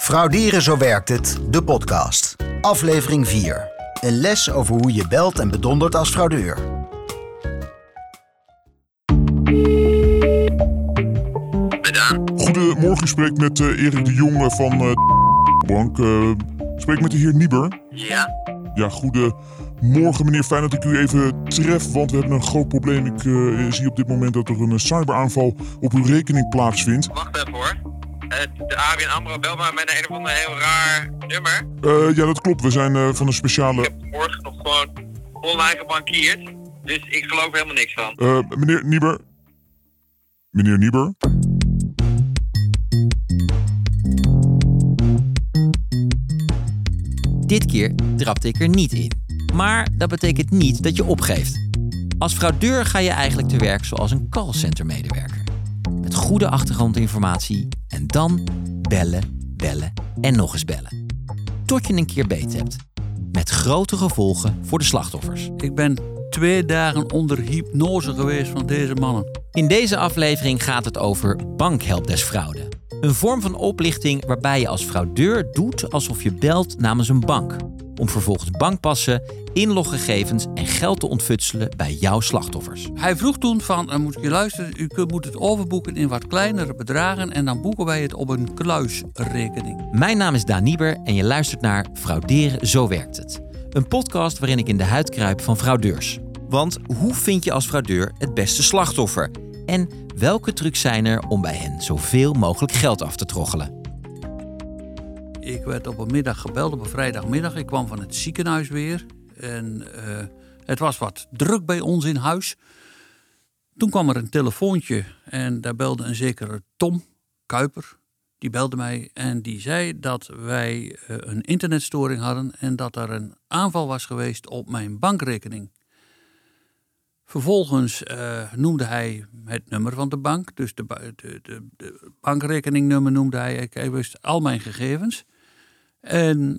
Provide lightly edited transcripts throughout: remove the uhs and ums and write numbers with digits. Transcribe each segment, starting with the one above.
Frauderen, zo werkt het, de podcast. Aflevering 4. Een les over hoe je belt en bedondert als fraudeur. Goedemorgen, ik spreek met Erik de Jong van de bank. Spreek met de heer Nieber. Ja? Ja, goedemorgen meneer. Fijn dat ik u even tref, want we hebben een groot probleem. Ik zie op dit moment dat er een cyberaanval op uw rekening plaatsvindt. Wacht even hoor. De ABN AMRO belt maar met een of ander heel raar nummer. Ja, dat klopt. We zijn van een speciale... Ik heb morgen nog gewoon online gebankierd. Dus ik geloof er helemaal niks van. Meneer Nieber. Meneer Nieber. Dit keer trapte ik er niet in. Maar dat betekent niet dat je opgeeft. Als fraudeur ga je eigenlijk te werk zoals een callcenter-medewerker. Met goede achtergrondinformatie en dan bellen, bellen en nog eens bellen. Tot je een keer beet hebt. Met grote gevolgen voor de slachtoffers. Ik ben 2 dagen onder hypnose geweest van deze mannen. In deze aflevering gaat het over bankhelpdeskfraude. Een vorm van oplichting waarbij je als fraudeur doet alsof je belt namens een bank. Om vervolgens bankpassen, inloggegevens en geld te ontfutselen bij jouw slachtoffers. Hij vroeg toen van, moet je luisteren, u moet het overboeken in wat kleinere bedragen en dan boeken wij het op een kluisrekening. Mijn naam is Daan Nieber en je luistert naar Frauderen, zo werkt het. Een podcast waarin ik in de huid kruip van fraudeurs. Want hoe vind je als fraudeur het beste slachtoffer? En welke trucs zijn er om bij hen zoveel mogelijk geld af te troggelen? Ik werd op een middag gebeld, op een vrijdagmiddag. Ik kwam van het ziekenhuis weer. En het was wat druk bij ons in huis. Toen kwam er een telefoontje en daar belde een zekere Tom Kuiper. Die belde mij en die zei dat wij een internetstoring hadden en dat er een aanval was geweest op mijn bankrekening. Vervolgens noemde hij het nummer van de bank. Dus de bankrekeningnummer noemde hij. Hij wist al mijn gegevens. En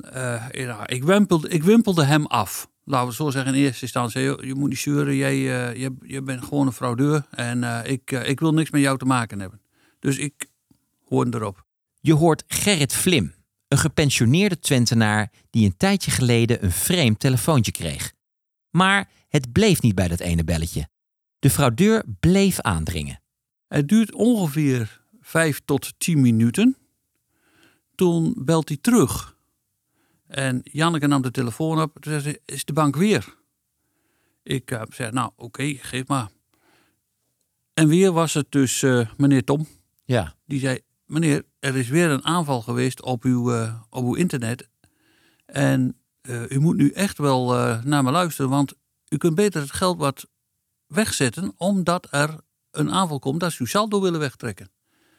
ik wimpelde hem af. Laten we zo zeggen in eerste instantie. Je moet niet zeuren, je bent gewoon een fraudeur. En ik wil niks met jou te maken hebben. Dus ik hoorde erop. Je hoort Gerrit Vlim, een gepensioneerde Twentenaar die een tijdje geleden een vreemd telefoontje kreeg. Maar het bleef niet bij dat ene belletje. De fraudeur bleef aandringen. Het duurt ongeveer 5 tot 10 minuten. Toen belt hij terug. En Janneke nam de telefoon op. Toen zei ze, is de bank weer? Ik zei, nou oké, geef maar. En weer was het dus meneer Tom. Ja. Die zei, meneer, er is weer een aanval geweest op uw internet. En u moet nu echt wel naar me luisteren, want u kunt beter het geld wat wegzetten, omdat er een aanval komt dat ze uw saldo willen wegtrekken.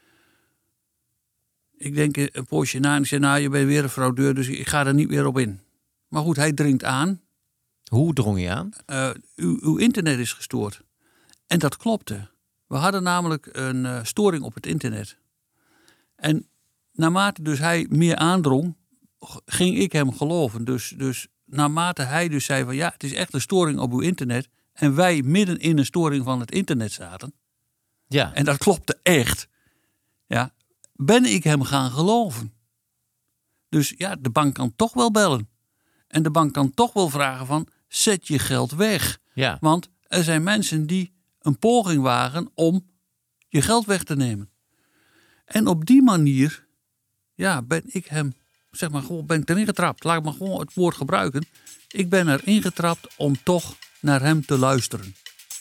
Ik denk een poosje na en ik zei, nou, je bent weer een fraudeur, dus ik ga er niet meer op in. Maar goed, hij dringt aan. Hoe drong je aan? Uw internet is gestoord. En dat klopte. We hadden namelijk een storing op het internet. En naarmate dus hij meer aandrong, ging ik hem geloven. Dus naarmate hij dus zei van ja, het is echt een storing op uw internet. En wij midden in een storing van het internet zaten. Ja. En dat klopte echt. Ja, ben ik hem gaan geloven. Dus ja, de bank kan toch wel bellen. En de bank kan toch wel vragen van zet je geld weg. Ja. Want er zijn mensen die een poging wagen om je geld weg te nemen. En op die manier ja, ben ik hem, zeg maar gewoon, ben ik erin getrapt. Laat ik maar gewoon het woord gebruiken. Ik ben erin getrapt om toch naar hem te luisteren.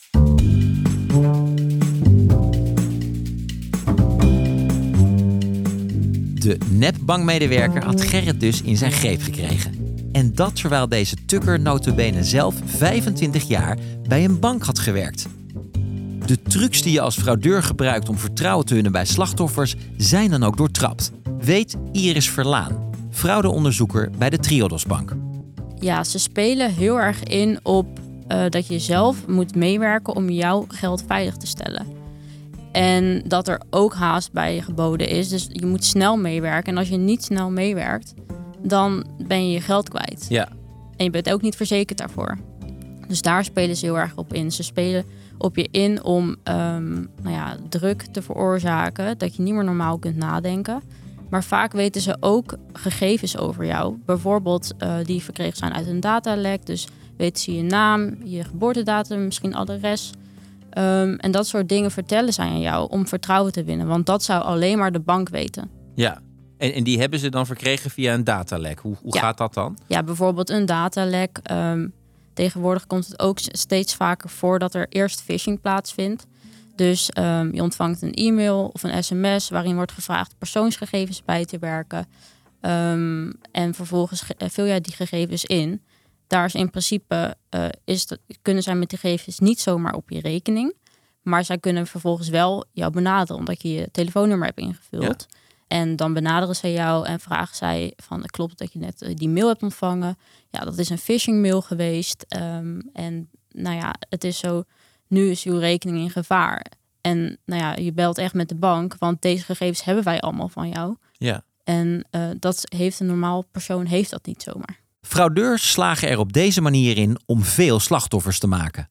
De nepbankmedewerker had Gerrit dus in zijn greep gekregen. En dat terwijl deze tukker nota bene zelf 25 jaar bij een bank had gewerkt. De trucs die je als fraudeur gebruikt om vertrouwen te winnen bij slachtoffers zijn dan ook doortrapt. Weet Iris Verlaan, fraudeonderzoeker bij de Triodos Bank. Ja, ze spelen heel erg in op dat je zelf moet meewerken om jouw geld veilig te stellen. En dat er ook haast bij je geboden is. Dus je moet snel meewerken. En als je niet snel meewerkt, dan ben je je geld kwijt. Ja. En je bent ook niet verzekerd daarvoor. Dus daar spelen ze heel erg op in. Ze spelen op je in om druk te veroorzaken. Dat je niet meer normaal kunt nadenken. Maar vaak weten ze ook gegevens over jou. Bijvoorbeeld die verkregen zijn uit een datalek. Dus weten ze je naam, je geboortedatum, misschien adres. En dat soort dingen vertellen zij aan jou om vertrouwen te winnen. Want dat zou alleen maar de bank weten. Ja, en die hebben ze dan verkregen via een datalek. Hoe gaat dat dan? Ja, bijvoorbeeld een datalek. Tegenwoordig komt het ook steeds vaker voor dat er eerst phishing plaatsvindt. Dus je ontvangt een e-mail of een sms waarin wordt gevraagd persoonsgegevens bij te werken. En vervolgens vul jij die gegevens in. Daar is in principe kunnen zij met die gegevens niet zomaar op je rekening. Maar zij kunnen vervolgens wel jou benaderen omdat je je telefoonnummer hebt ingevuld. Ja. En dan benaderen zij jou en vragen zij van klopt het dat je net die mail hebt ontvangen? Ja, dat is een phishing mail geweest. En nou ja, het is zo, nu is uw rekening in gevaar. En nou ja, je belt echt met de bank, want deze gegevens hebben wij allemaal van jou. Ja. En dat heeft een normaal persoon heeft dat niet zomaar. Fraudeurs slagen er op deze manier in om veel slachtoffers te maken.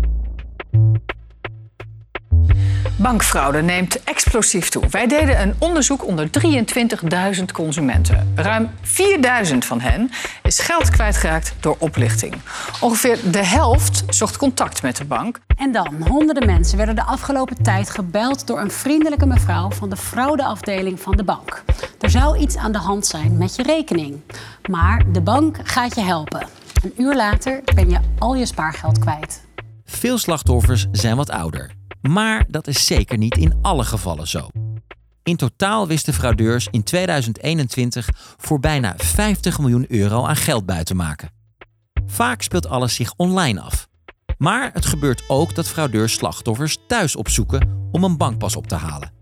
Bankfraude neemt explosief toe. Wij deden een onderzoek onder 23.000 consumenten. Ruim 4.000 van hen is geld kwijtgeraakt door oplichting. Ongeveer de helft zocht contact met de bank. En dan, honderden mensen werden de afgelopen tijd gebeld door een vriendelijke mevrouw van de fraudeafdeling van de bank. Er zou iets aan de hand zijn met je rekening. Maar de bank gaat je helpen. Een uur later ben je al je spaargeld kwijt. Veel slachtoffers zijn wat ouder. Maar dat is zeker niet in alle gevallen zo. In totaal wisten fraudeurs in 2021 voor bijna 50 miljoen euro aan geld buiten maken. Vaak speelt alles zich online af. Maar het gebeurt ook dat fraudeurs slachtoffers thuis opzoeken om een bankpas op te halen.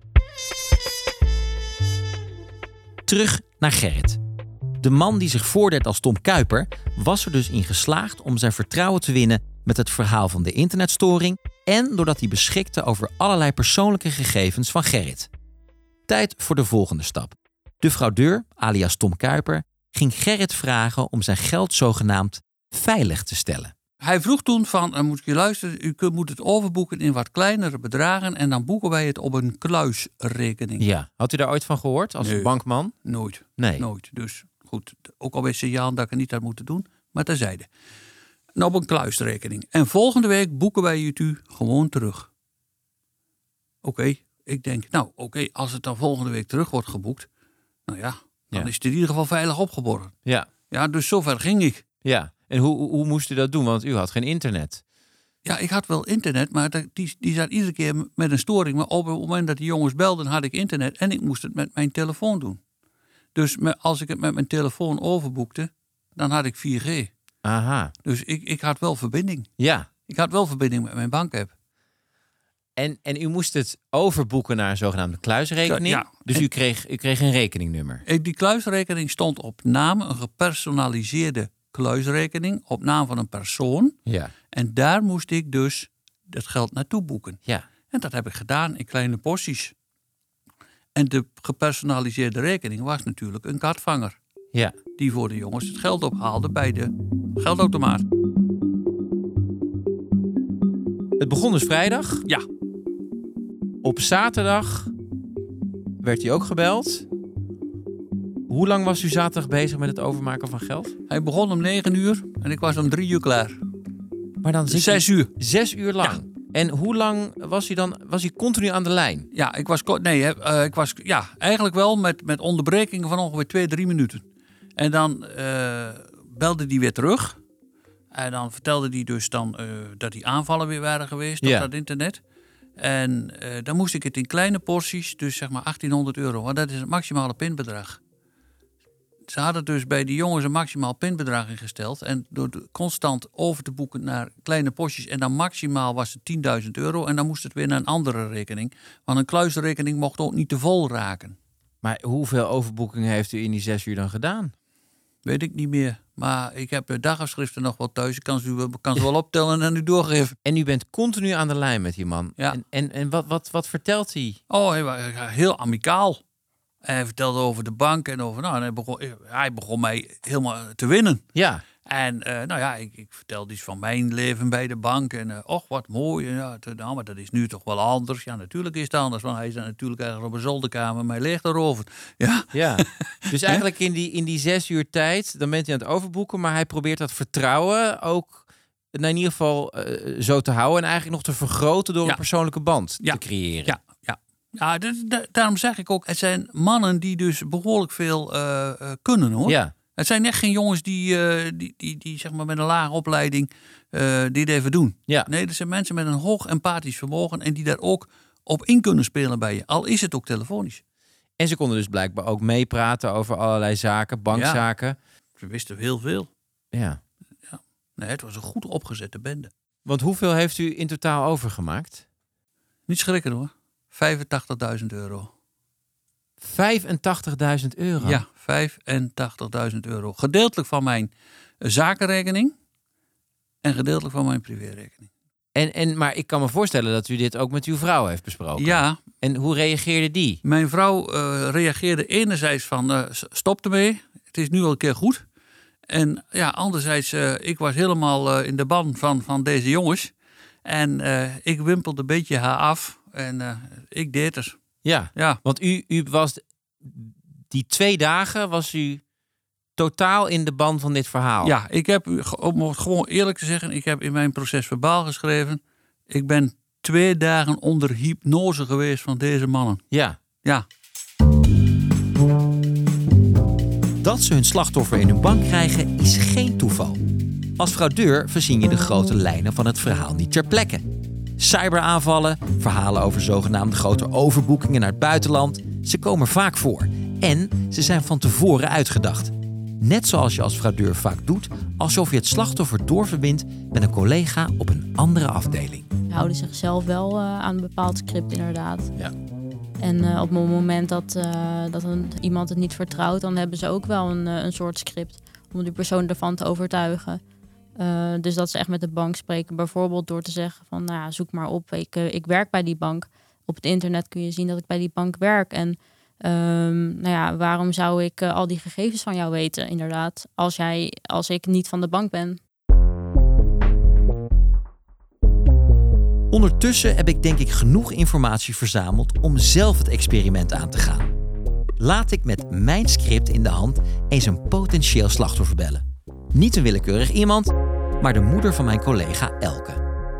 Terug naar Gerrit. De man die zich voordeed als Tom Kuiper was er dus in geslaagd om zijn vertrouwen te winnen met het verhaal van de internetstoring en doordat hij beschikte over allerlei persoonlijke gegevens van Gerrit. Tijd voor de volgende stap. De fraudeur, alias Tom Kuiper, ging Gerrit vragen om zijn geld zogenaamd veilig te stellen. Hij vroeg toen van, moet je luisteren, u moet het overboeken in wat kleinere bedragen en dan boeken wij het op een kluisrekening. Ja, had u daar ooit van gehoord als bankman? Nooit. Nee. Nooit. Dus goed, ook al wist signaal dat ik het niet had moeten doen, maar terzijde. En op een kluisrekening. En volgende week boeken wij het u gewoon terug. Oké, ik denk, als het dan volgende week terug wordt geboekt, dan is het in ieder geval veilig opgeborgen. Ja. Ja, dus zover ging ik. Ja, en hoe moest u dat doen? Want u had geen internet. Ja, ik had wel internet, maar die zat iedere keer met een storing. Maar op het moment dat die jongens belden, had ik internet en ik moest het met mijn telefoon doen. Dus als ik het met mijn telefoon overboekte, dan had ik 4G. Aha. Dus ik had wel verbinding. Ja. Ik had wel verbinding met mijn bankapp. En u moest het overboeken naar een zogenaamde kluisrekening. Ja. Dus u kreeg een rekeningnummer. Die kluisrekening stond op naam, een gepersonaliseerde kluisrekening op naam van een persoon. Ja. En daar moest ik dus het geld naartoe boeken. Ja. En dat heb ik gedaan in kleine porties. En de gepersonaliseerde rekening was natuurlijk een kaartvanger. Ja. Die voor de jongens het geld ophaalde bij de geldautomaat. Het begon dus vrijdag. Ja. Op zaterdag werd hij ook gebeld. Hoe lang was u zaterdag bezig met het overmaken van geld? Hij begon om 9 uur en ik was om 3 uur klaar. Maar dan 6 uur. 6 uur lang? Ja. En hoe lang was u dan? Was u continu aan de lijn? Ja, ik was eigenlijk wel met onderbrekingen van ongeveer 2-3 minuten. En dan belde hij weer terug. En dan vertelde hij dus dat die aanvallen weer waren geweest op dat internet. En dan moest ik het in kleine porties, dus zeg maar €1800. Want dat is het maximale pinbedrag. Ze hadden dus bij die jongens een maximaal pinbedrag ingesteld. En door constant over te boeken naar kleine postjes. En dan maximaal was het €10.000. En dan moest het weer naar een andere rekening. Want een kluisrekening mocht ook niet te vol raken. Maar hoeveel overboekingen heeft u in die 6 uur dan gedaan? Weet ik niet meer. Maar ik heb de dagafschriften nog wel thuis. Ik kan ze wel optellen en u doorgeven. En u bent continu aan de lijn met die man. Ja. En wat vertelt hij? Oh, hij was heel amicaal. Hij vertelde over de bank en over... hij begon mij helemaal te winnen. Ja. En ik vertelde iets van mijn leven bij de bank. En wat mooi. En, maar dat is nu toch wel anders. Ja, natuurlijk is het anders. Want hij is natuurlijk ergens op een zolderkamer. Maar hij ligt erover. Ja. Dus eigenlijk in die 6 uur tijd, dan bent hij aan het overboeken. Maar hij probeert dat vertrouwen ook in ieder geval zo te houden. En eigenlijk nog te vergroten door een persoonlijke band te creëren. Ja, daarom zeg ik ook, het zijn mannen die dus behoorlijk veel kunnen, hoor. Ja. Het zijn echt geen jongens die zeg maar met een lage opleiding dit even doen. Ja. Nee, dat zijn mensen met een hoog empathisch vermogen en die daar ook op in kunnen spelen bij je. Al is het ook telefonisch. En ze konden dus blijkbaar ook meepraten over allerlei zaken, bankzaken. Ja, ze wisten heel veel. Ja. Nee, het was een goed opgezette bende. Want hoeveel heeft u in totaal overgemaakt? Niet schrikken, hoor. €85.000. €85.000? Ja, €85.000. Gedeeltelijk van mijn zakenrekening en gedeeltelijk van mijn privérekening. Maar ik kan me voorstellen dat u dit ook met uw vrouw heeft besproken. Ja. En hoe reageerde die? Mijn vrouw reageerde enerzijds van stop ermee, het is nu al een keer goed. En anderzijds, ik was helemaal in de ban van deze jongens. En ik wimpelde een beetje haar af en ik deed het. Ja, want u was die 2 dagen was u totaal in de ban van dit verhaal. Ja, ik heb, om het gewoon eerlijk te zeggen, ik heb in mijn proces verbaal geschreven. Ik ben 2 dagen onder hypnose geweest van deze mannen. Ja. Dat ze hun slachtoffer in hun bank krijgen is geen toeval. Als fraudeur voorzien je de grote lijnen van het verhaal niet ter plekke. Cyberaanvallen, verhalen over zogenaamde grote overboekingen naar het buitenland, ze komen vaak voor. En ze zijn van tevoren uitgedacht. Net zoals je als fraudeur vaak doet, alsof je het slachtoffer doorverbindt met een collega op een andere afdeling. Ze houden zichzelf wel aan een bepaald script inderdaad. Ja. En op het moment dat iemand het niet vertrouwt, dan hebben ze ook wel een soort script om die persoon ervan te overtuigen. Dus dat ze echt met de bank spreken. Bijvoorbeeld door te zeggen van, zoek maar op. Ik werk bij die bank. Op het internet kun je zien dat ik bij die bank werk. En waarom zou ik al die gegevens van jou weten, inderdaad, als ik niet van de bank ben? Ondertussen heb ik denk ik genoeg informatie verzameld om zelf het experiment aan te gaan. Laat ik met mijn script in de hand eens een potentieel slachtoffer bellen. Niet een willekeurig iemand, maar de moeder van mijn collega Elke.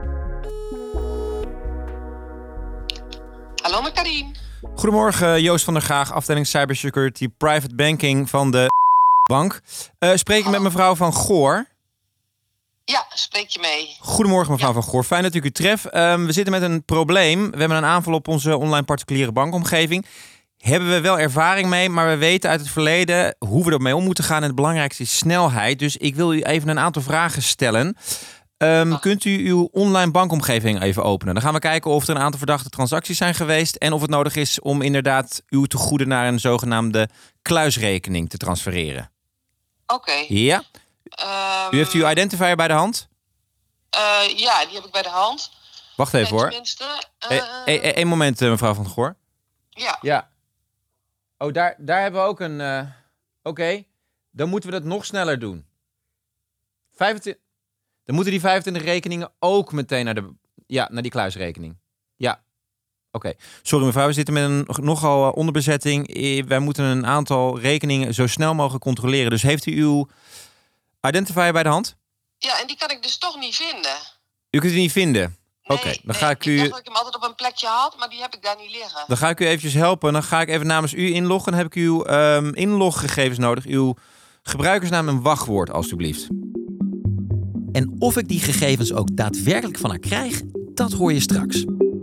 Hallo met Karien. Goedemorgen, Joost van der Graag, afdeling Cybersecurity Private Banking van de bank. Spreek ik met mevrouw Van Goor? Ja, spreek je mee. Goedemorgen mevrouw Van Goor, fijn dat ik u tref. We zitten met een probleem. We hebben een aanval op onze online particuliere bankomgeving. Hebben we wel ervaring mee, maar we weten uit het verleden hoe we ermee om moeten gaan. En het belangrijkste is snelheid. Dus ik wil u even een aantal vragen stellen. Kunt u uw online bankomgeving even openen? Dan gaan we kijken of er een aantal verdachte transacties zijn geweest en of het nodig is om inderdaad uw tegoeden naar een zogenaamde kluisrekening te transfereren. Oké. Ja. U heeft uw identifier bij de hand? Ja, die heb ik bij de hand. Wacht even hoor. Tenminste, Eén moment, mevrouw Van Goor. Ja. Oh, daar hebben we ook een... Oké, dan moeten we dat nog sneller doen. 25... Dan moeten die 25 rekeningen ook meteen naar die kluisrekening. Ja. Oké. Sorry mevrouw, we zitten met een nogal onderbezetting. Wij moeten een aantal rekeningen zo snel mogelijk controleren. Dus heeft u uw identifier bij de hand? Ja, en die kan ik dus toch niet vinden. U kunt die niet vinden? Nee, Oké, dan ga ik u... Ik dacht dat ik hem altijd op een plekje had, maar die heb ik daar niet liggen. Dan ga ik u eventjes helpen. Dan ga ik even namens u inloggen. Dan heb ik uw inloggegevens nodig. Uw gebruikersnaam en wachtwoord, alstublieft. En of ik die gegevens ook daadwerkelijk van haar krijg, dat hoor je straks.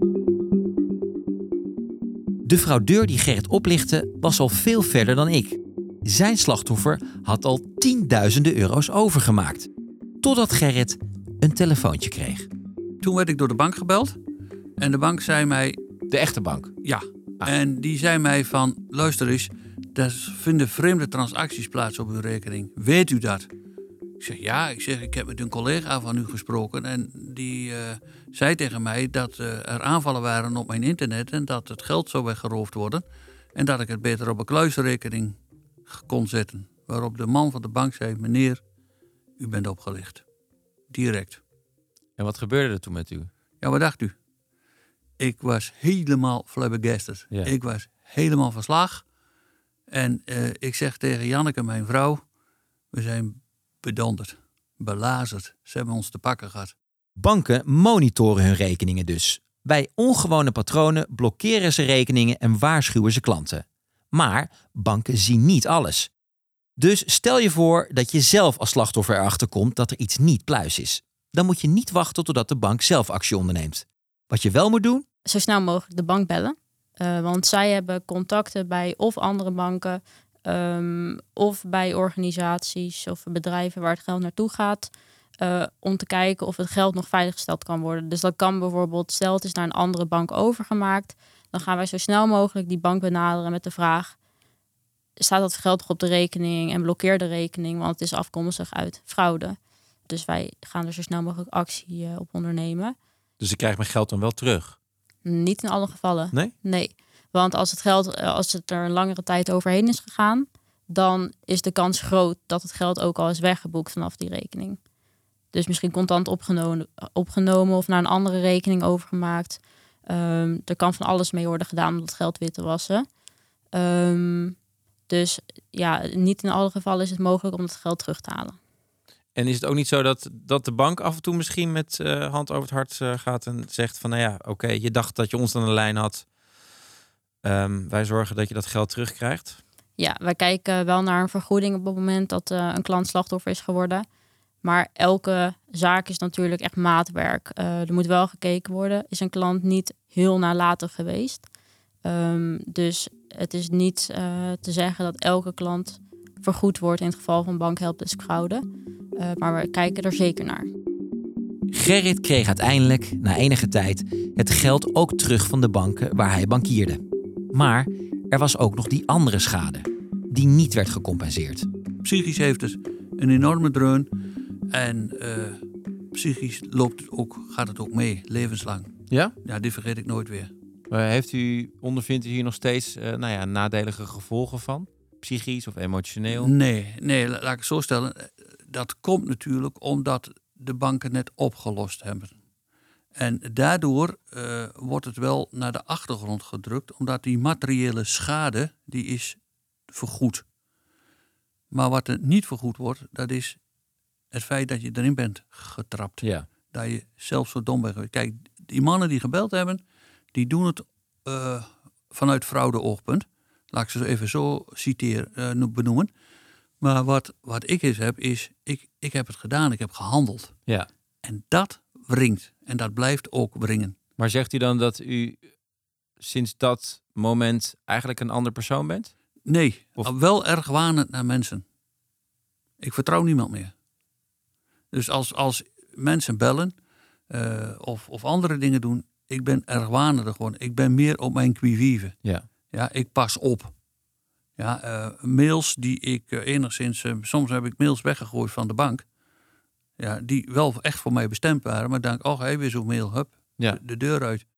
De fraudeur die Gerrit oplichtte was al veel verder dan ik. Zijn slachtoffer had al tienduizenden euro's overgemaakt. Totdat Gerrit een telefoontje kreeg. Toen werd ik door de bank gebeld. En de bank zei mij... De echte bank? Ja. En die zei mij van, luister eens, er vinden vreemde transacties plaats op uw rekening. Weet u dat? Ik zeg, ja. Ik heb met een collega van u gesproken. En die zei tegen mij dat er aanvallen waren op mijn internet. En dat het geld zou weggeroofd worden. En dat ik het beter op een kluisrekening kon zetten. Waarop de man van de bank zei, meneer, u bent opgelicht. Direct. En wat gebeurde er toen met u? Ja, wat dacht u? Ik was helemaal flabbergasted. Ja. Ik was helemaal van slag. En ik zeg tegen Janneke, mijn vrouw, we zijn bedonderd, belazerd. Ze hebben ons te pakken gehad. Banken monitoren hun rekeningen dus. Bij ongewone patronen blokkeren ze rekeningen en waarschuwen ze klanten. Maar banken zien niet alles. Dus stel je voor dat je zelf als slachtoffer erachter komt dat er iets niet pluis is. Dan moet je niet wachten totdat de bank zelf actie onderneemt. Wat je wel moet doen? Zo snel mogelijk de bank bellen. Want zij hebben contacten bij of andere banken... of bij organisaties of bedrijven waar het geld naartoe gaat... om te kijken of het geld nog veiliggesteld kan worden. Dus dat kan bijvoorbeeld, stel het is naar een andere bank overgemaakt... dan gaan wij zo snel mogelijk die bank benaderen met de vraag... staat dat geld nog op de rekening en blokkeer de rekening... want het is afkomstig uit fraude. Dus wij gaan er zo snel mogelijk actie op ondernemen. Dus ik krijg mijn geld dan wel terug? Niet in alle gevallen. Nee? Nee. Want als het er een langere tijd overheen is gegaan... dan is de kans groot dat het geld ook al is weggeboekt vanaf die rekening. Dus misschien contant opgenomen of naar een andere rekening overgemaakt. Er kan van alles mee worden gedaan om dat geld wit te wassen. Dus ja, niet in alle gevallen is het mogelijk om het geld terug te halen. En is het ook niet zo dat de bank af en toe misschien met hand over het hart gaat en zegt van... nou ja, oké, je dacht dat je ons aan de lijn had. Wij zorgen dat je dat geld terugkrijgt. Ja, wij kijken wel naar een vergoeding op het moment dat een klant slachtoffer is geworden. Maar elke zaak is natuurlijk echt maatwerk. Er moet wel gekeken worden. Is een klant niet heel nalatig geweest? Dus het is niet te zeggen dat elke klant vergoed wordt in het geval van bankhelpdesk fraude. Maar we kijken er zeker naar. Gerrit kreeg uiteindelijk, na enige tijd, het geld ook terug van de banken waar hij bankierde. Maar er was ook nog die andere schade, die niet werd gecompenseerd. Psychisch heeft het een enorme dreun. En psychisch gaat het ook mee, levenslang. Ja? Ja, die vergeet ik nooit weer. Ondervindt u hier nog steeds nadelige gevolgen van? Psychisch of emotioneel? Nee, laat ik het zo stellen. Dat komt natuurlijk omdat de banken net opgelost hebben. En daardoor wordt het wel naar de achtergrond gedrukt, omdat die materiële schade, die is vergoed. Maar wat er niet vergoed wordt, dat is het feit dat je erin bent getrapt. Ja. Dat je zelf zo dom bent geweest. Kijk, die mannen die gebeld hebben, die doen het vanuit fraude-oogpunt. Laat ik ze even zo benoemen. Maar wat ik eens heb, is ik heb het gedaan, ik heb gehandeld. Ja. En dat wringt. En dat blijft ook wringen. Maar zegt u dan dat u sinds dat moment eigenlijk een ander persoon bent? Nee, wel erg wanend naar mensen. Ik vertrouw niemand meer. Dus als mensen bellen of andere dingen doen, ik ben erg wanend geworden. Ik ben meer op mijn qui vive. Ja, ik pas op. Ja, mails die ik enigszins... soms heb ik mails weggegooid van de bank. Ja, die wel echt voor mij bestemd waren. Maar dan denk ik, weer zo'n mail, hup, de deur uit.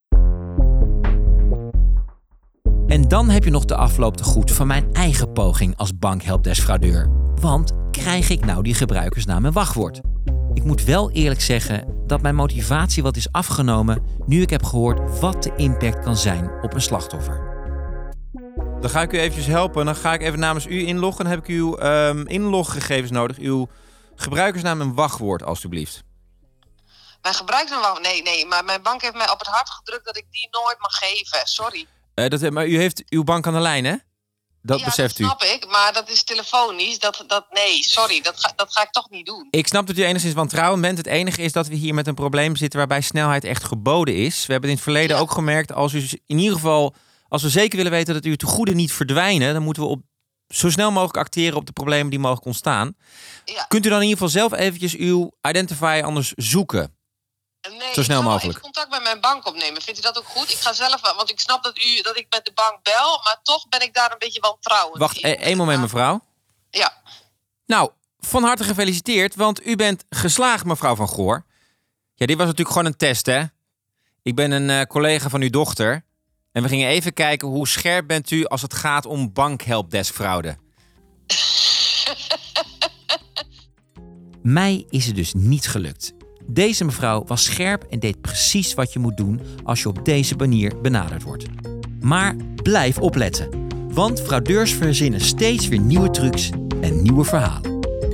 En dan heb je nog de afloop te goed van mijn eigen poging als bankhelpdesk-fraudeur. Want krijg ik nou die gebruikersnaam en wachtwoord? Ik moet wel eerlijk zeggen dat mijn motivatie wat is afgenomen nu ik heb gehoord wat de impact kan zijn op een slachtoffer. Dan ga ik u eventjes helpen. Dan ga ik even namens u inloggen. Dan heb ik uw inloggegevens nodig. Uw gebruikersnaam en wachtwoord, alstublieft. Mijn gebruikersnaam? Nee. Maar mijn bank heeft mij op het hart gedrukt dat ik die nooit mag geven. Sorry. Maar u heeft uw bank aan de lijn, hè? Dat beseft u. Ja, dat snap ik. Maar dat is telefonisch. Nee, sorry. Dat ga ik toch niet doen. Ik snap dat u enigszins wantrouwend bent. Het enige is dat we hier met een probleem zitten waarbij snelheid echt geboden is. We hebben in het verleden ook gemerkt, als we zeker willen weten dat uw tegoeden niet verdwijnen, dan moeten we zo snel mogelijk acteren op de problemen die mogelijk ontstaan. Ja. Kunt u dan in ieder geval zelf eventjes uw identifier anders zoeken? Nee, zo snel mogelijk. Ik ga contact met mijn bank opnemen. Vindt u dat ook goed? Ik ga zelf, want ik snap dat ik met de bank bel, maar toch ben ik daar een beetje wantrouwend. Wacht, één moment mevrouw. Ja. Nou, van harte gefeliciteerd, want u bent geslaagd, mevrouw Van Goor. Ja, dit was natuurlijk gewoon een test, hè? Ik ben een collega van uw dochter. En we gingen even kijken hoe scherp bent u als het gaat om bankhelpdesk-fraude. Mij is het dus niet gelukt. Deze mevrouw was scherp en deed precies wat je moet doen als je op deze manier benaderd wordt. Maar blijf opletten, want fraudeurs verzinnen steeds weer nieuwe trucs en nieuwe verhalen.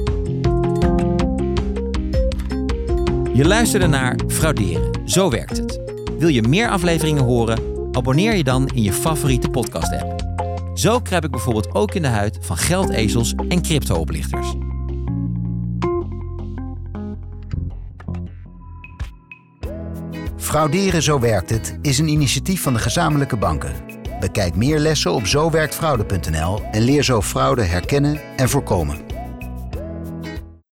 Je luisterde naar Frauderen, zo werkt het. Wil je meer afleveringen horen? Abonneer je dan in je favoriete podcast-app. Zo kruip ik bijvoorbeeld ook in de huid van geldezels en crypto-oplichters. Frauderen, zo werkt het is een initiatief van de gezamenlijke banken. Bekijk meer lessen op zowerktfraude.nl en leer zo fraude herkennen en voorkomen.